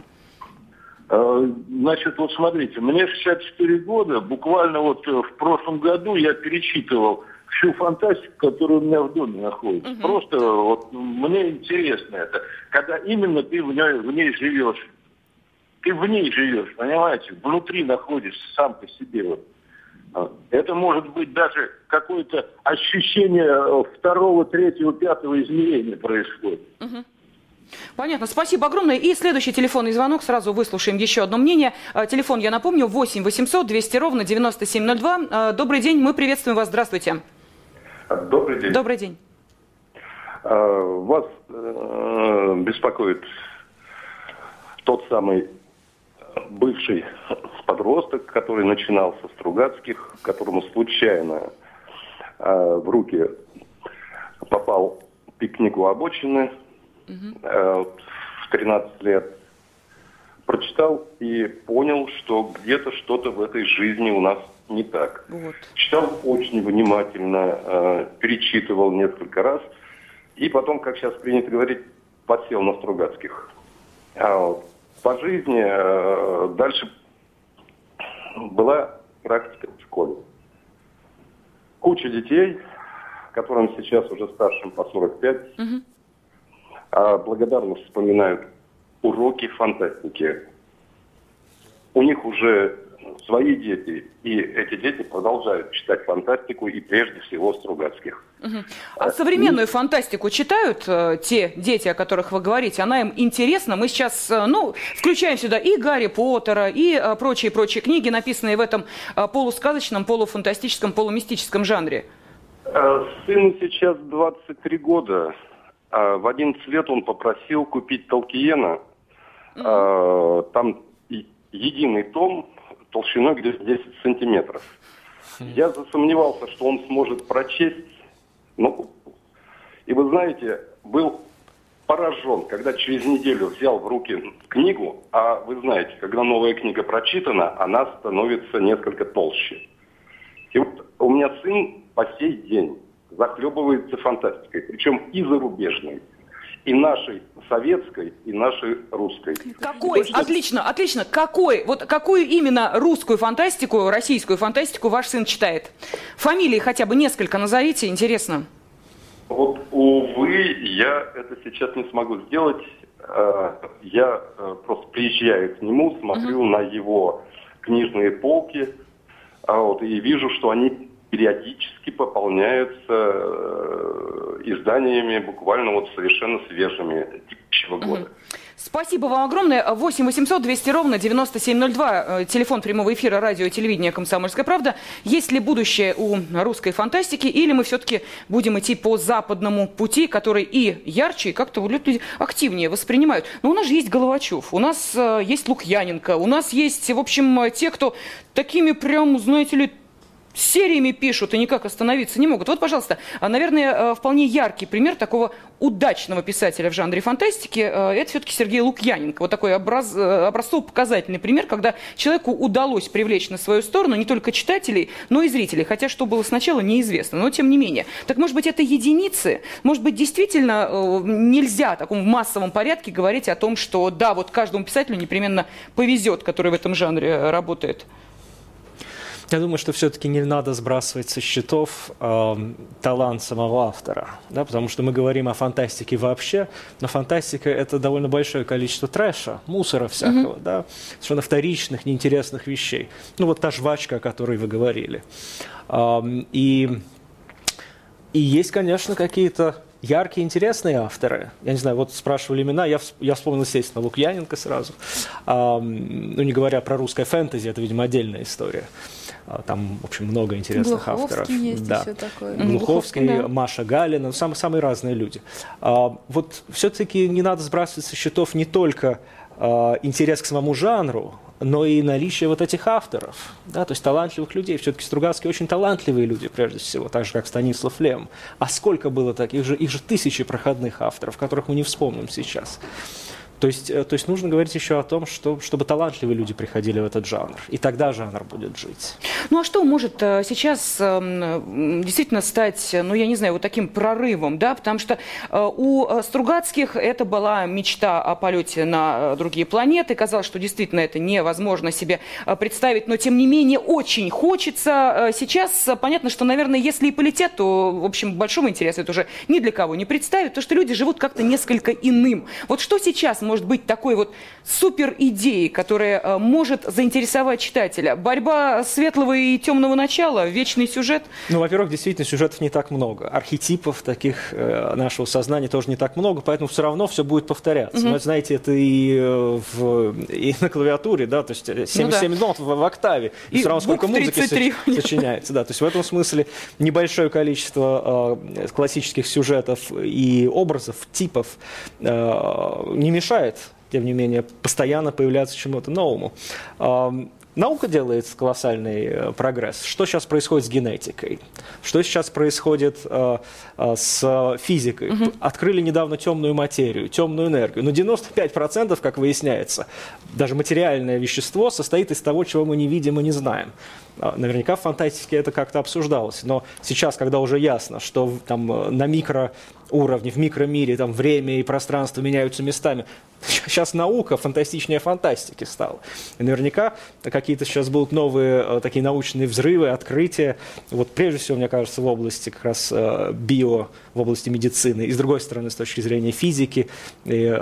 I: Значит, вот смотрите, мне шестьдесят четыре года, буквально вот в прошлом году я перечитывал всю фантастику, которая у меня в доме находится. Угу. Просто вот мне интересно это, когда именно ты в ней, в ней живешь. Ты в ней живешь, понимаете? Внутри находишься сам по себе. Вот. Это может быть даже какое-то ощущение второго, третьего, пятого измерения происходит.
B: Угу. Понятно. Спасибо огромное. И следующий телефонный звонок. Сразу выслушаем еще одно мнение. Телефон, я напомню, восемь восемьсот двести ровно девяносто семь ноль два. Добрый день, мы приветствуем вас. Здравствуйте.
J: Добрый день.
B: Добрый день.
J: Вас беспокоит тот самый бывший подросток, который начинал со Стругацких, которому случайно в руки попал «Пикник у обочины». Uh-huh. В тринадцать лет прочитал и понял, что где-то что-то в этой жизни у нас не так. Вот. Читал очень внимательно, перечитывал несколько раз, и потом, как сейчас принято говорить, подсел на Стругацких. По жизни дальше была практика в школе. Куча детей, которым сейчас уже старшим по сорок пять, uh-huh. благодарно вспоминают уроки фантастики. У них уже свои дети, и эти дети продолжают читать фантастику, и прежде всего Стругацких.
B: Угу. А современную и... фантастику читают э, те дети, о которых вы говорите? Она им интересна? Мы сейчас э, ну, включаем сюда и Гарри Поттера, и э, прочие-прочие книги, написанные в этом э, полусказочном, полуфантастическом, полумистическом жанре.
J: Сыну сейчас двадцать три года. В одиннадцать лет он попросил купить Толкиена. Mm-hmm. Там единый том толщиной где-то десять сантиметров. Mm-hmm. Я засомневался, что он сможет прочесть. Ну, и вы знаете, был поражен, когда через неделю взял в руки книгу, а вы знаете, когда новая книга прочитана, она становится несколько толще. И вот у меня сын по сей день захлебывается фантастикой, причем и зарубежной, и нашей советской, и нашей русской.
B: Какой? Точно... Отлично, отлично. Какой? Вот какую именно русскую фантастику, российскую фантастику ваш сын читает? Фамилии хотя бы несколько назовите, интересно.
J: Вот, увы, я это сейчас не смогу сделать. Я просто приезжаю к нему, смотрю угу. на его книжные полки, вот, и вижу, что они периодически пополняются э, изданиями буквально вот совершенно свежими текущего года. Угу.
B: Спасибо вам огромное. восемь восемьсот двести ровно девяносто семь ноль два. Телефон прямого эфира радио и телевидения «Комсомольская правда». Есть ли будущее у русской фантастики, или мы все-таки будем идти по западному пути, который и ярче, и как-то люди активнее воспринимают? Но у нас же есть Головачев, у нас есть Лукьяненко, у нас есть, в общем, те, кто такими прям, знаете ли, сериями пишут и никак остановиться не могут. Вот, пожалуйста, наверное, вполне яркий пример такого удачного писателя в жанре фантастики – это все-таки Сергей Лукьяненко. Вот такой образ, образцово-показательный пример, когда человеку удалось привлечь на свою сторону не только читателей, но и зрителей. Хотя что было сначала, неизвестно, но тем не менее. Так, может быть, это единицы? Может быть, действительно нельзя в таком массовом порядке говорить о том, что да, вот каждому писателю непременно повезет, который в этом жанре работает?
E: Я думаю, что все-таки не надо сбрасывать со счетов э, талант самого автора, да, потому что мы говорим о фантастике вообще, но фантастика – это довольно большое количество трэша, мусора всякого, mm-hmm. да, совершенно вторичных, неинтересных вещей. Ну, вот та жвачка, о которой вы говорили. Э, и, и есть, конечно, какие-то яркие, интересные авторы. Я не знаю, вот спрашивали имена, я, я вспомнил, естественно, Лукьяненко сразу. А, ну, не говоря про русское фэнтези, это, видимо, отдельная история. А, там, в общем, много интересных
D: Глуховский
E: авторов.
D: Есть
E: да.
D: еще такой.
E: Глуховский,
D: Глуховский, да.
E: Маша Галина, самые, самые разные люди. А, вот все-таки не надо сбрасывать со счетов не только а, интерес к самому жанру, но и наличие вот этих авторов, да, то есть талантливых людей. Все-таки Стругацкие очень талантливые люди, прежде всего, так же, как Станислав Лем. А сколько было таких? Их же, их же тысячи проходных авторов, которых мы не вспомним сейчас. То есть, то есть нужно говорить еще о том, что, чтобы талантливые люди приходили в этот жанр, и тогда жанр будет жить.
B: Ну а что может сейчас действительно стать, ну я не знаю, вот таким прорывом, да, потому что у Стругацких это была мечта о полете на другие планеты, казалось, что действительно это невозможно себе представить, но тем не менее очень хочется. Сейчас понятно, что, наверное, если и полетят, то, в общем, большого интереса это уже ни для кого не представить, потому что люди живут как-то несколько иным. Вот что сейчас может быть такой вот супер идеей, которая э, может заинтересовать читателя? Борьба светлого и темного начала, вечный сюжет? Ну,
E: во-первых, действительно, сюжетов не так много. Архетипов таких э, нашего сознания тоже не так много, поэтому все равно все будет повторяться. Mm-hmm. Но, знаете, это и, в, и на клавиатуре, да, то есть семьдесят семь ну, да. нот в, в октаве, и, и все равно сколько музыки сочиняется. Да, то есть в этом смысле небольшое количество э, классических сюжетов и образов, типов э, не мешает, тем не менее, постоянно появляться чему-то новому. Наука делает колоссальный прогресс. Что сейчас происходит с генетикой? Что сейчас происходит э, э, с физикой? Угу. Открыли недавно темную материю, темную энергию. Но девяносто пять процентов, как выясняется, даже материальное вещество состоит из того, чего мы не видим и не знаем. Наверняка в фантастике это как-то обсуждалось. Но сейчас, когда уже ясно, что там, на микроуровне, в микромире там, время и пространство меняются местами, сейчас наука фантастичнее фантастики стала. И наверняка какие-то сейчас будут новые такие научные взрывы, открытия. Вот прежде всего, мне кажется, в области как раз био, в области медицины. И с другой стороны, с точки зрения физики и,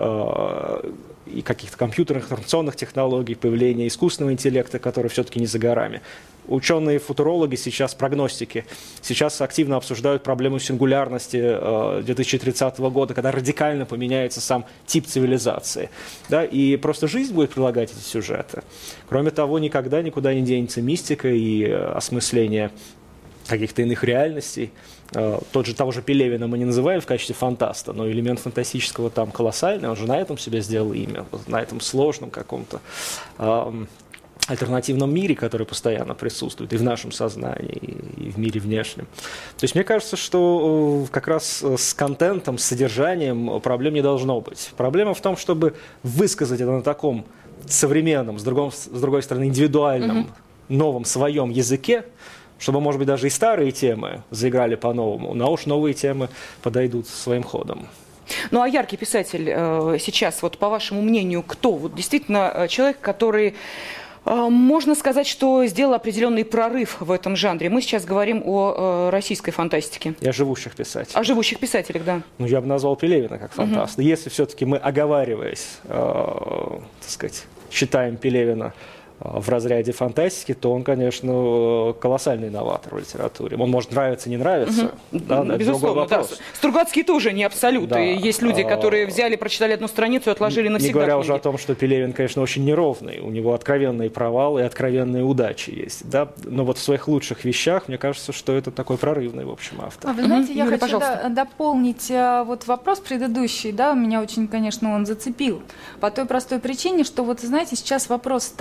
E: и каких-то компьютерных, информационных технологий, появления искусственного интеллекта, который все-таки не за горами. Ученые-футурологи сейчас, прогностики, сейчас активно обсуждают проблему сингулярности две тысячи тридцатого года, когда радикально поменяется сам тип цивилизации. Да, и просто жизнь будет прилагать эти сюжеты. Кроме того, никогда никуда не денется мистика и осмысление каких-то иных реальностей. Тот же, того же Пелевина мы не называем в качестве фантаста, но элемент фантастического там колоссальный, он же на этом себе сделал имя, на этом сложном каком-то э, альтернативном мире, который постоянно присутствует и в нашем сознании, и в мире внешнем. То есть мне кажется, что как раз с контентом, с содержанием проблем не должно быть. Проблема в том, чтобы высказать это на таком современном, с другой, с другой стороны, индивидуальном, mm-hmm. новом своем языке, чтобы, может быть, даже и старые темы заиграли по-новому, но уж новые темы подойдут своим ходом.
B: Ну а яркий писатель э, сейчас, вот по вашему мнению, кто? Вот действительно человек, который, э, можно сказать, что сделал определенный прорыв в этом жанре. Мы сейчас говорим о э, российской фантастике.
E: И о живущих писателях.
B: О живущих писателях, да.
E: Ну, я бы назвал Пелевина как фантаста. Угу. Если все-таки мы, оговариваясь, э, так сказать, считаем Пелевина в разряде фантастики, то он, конечно, колоссальный новатор в литературе. Он может нравиться, не нравиться. Угу. Да,
B: безусловно, да. Стругацкий тоже не абсолют. Да. Есть люди, которые взяли, прочитали одну страницу и отложили навсегда.
E: Не говоря
B: книги.
E: уже о том, что Пелевин, конечно, очень неровный. У него откровенные провалы и откровенные удачи есть. Да? Но вот в своих лучших вещах, мне кажется, что это такой прорывный, в общем, автор.
D: А вы знаете, угу. я
B: Юля,
D: хочу до, дополнить вот вопрос предыдущий. Да, меня очень, конечно, он зацепил. По той простой причине, что вот, знаете, сейчас вопрос ставить,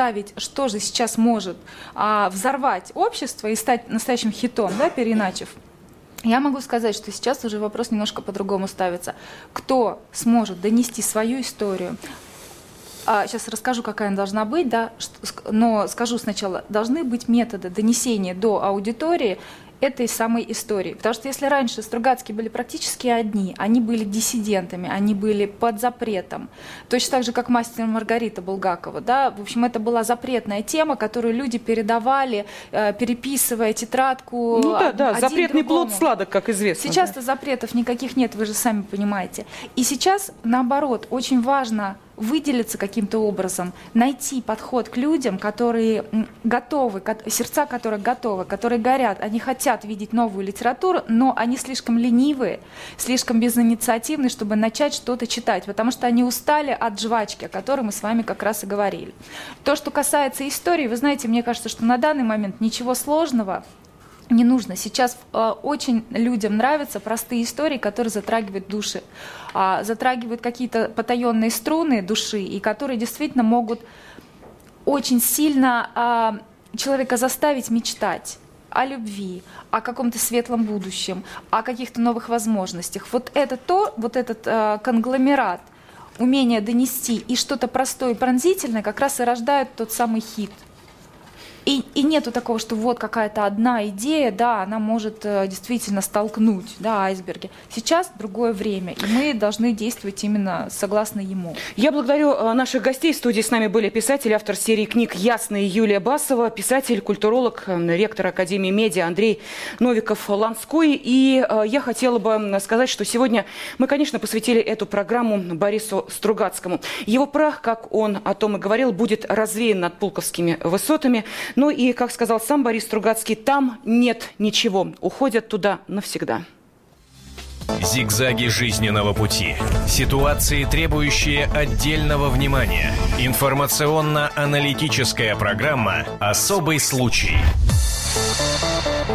D: тоже сейчас может а, взорвать общество и стать настоящим хитом, да, переиначив, я могу сказать, что сейчас уже вопрос немножко по-другому ставится. Кто сможет донести свою историю? А, сейчас расскажу, какая она должна быть, да, но скажу сначала, должны быть методы донесения до аудитории этой самой истории. Потому что если раньше Стругацкие были практически одни, они были диссидентами, они были под запретом, точно так же, как «Мастер и Маргарита» Булгакова. Да? В общем, это была запретная тема, которую люди передавали, э, переписывая тетрадку.
B: Ну да, да,
D: один
B: запретный
D: другому.
B: плод сладок, как известно.
D: Сейчас-то
B: да.
D: запретов никаких нет, вы же сами понимаете. И сейчас, наоборот, очень важно выделиться каким-то образом, найти подход к людям, которые готовы, сердца которых готовы, которые горят, они хотят видеть новую литературу, но они слишком ленивые, слишком безинициативные, чтобы начать что-то читать, потому что они устали от жвачки, о которой мы с вами как раз и говорили. То, что касается истории, вы знаете, мне кажется, что на данный момент ничего сложного не нужно. Сейчас э, очень людям нравятся простые истории, которые затрагивают души, э, затрагивают какие-то потаенные струны души, и которые действительно могут очень сильно э, человека заставить мечтать о любви, о каком-то светлом будущем, о каких-то новых возможностях. Вот это то, вот этот э, конгломерат, умение донести и что-то простое и пронзительное как раз и рождает тот самый хит. И, и нету такого, что вот какая-то одна идея, да, она может э, действительно столкнуть, да, айсберги. Сейчас другое время, и мы должны действовать именно согласно ему.
B: Я благодарю э, наших гостей. В студии с нами были писатель, автор серии книг «Ясная» Юлия Басова, писатель, культуролог, э, ректор Академии медиа Андрей Новиков-Ланской. И э, я хотела бы сказать, что сегодня мы, конечно, посвятили эту программу Борису Стругацкому. Его прах, как он о том и говорил, будет развеян над Пулковскими высотами. Ну и, как сказал сам Борис Стругацкий, там нет ничего, уходят туда навсегда.
A: Зигзаги жизненного пути. Ситуации, требующие отдельного внимания. Информационно-аналитическая программа «Особый случай».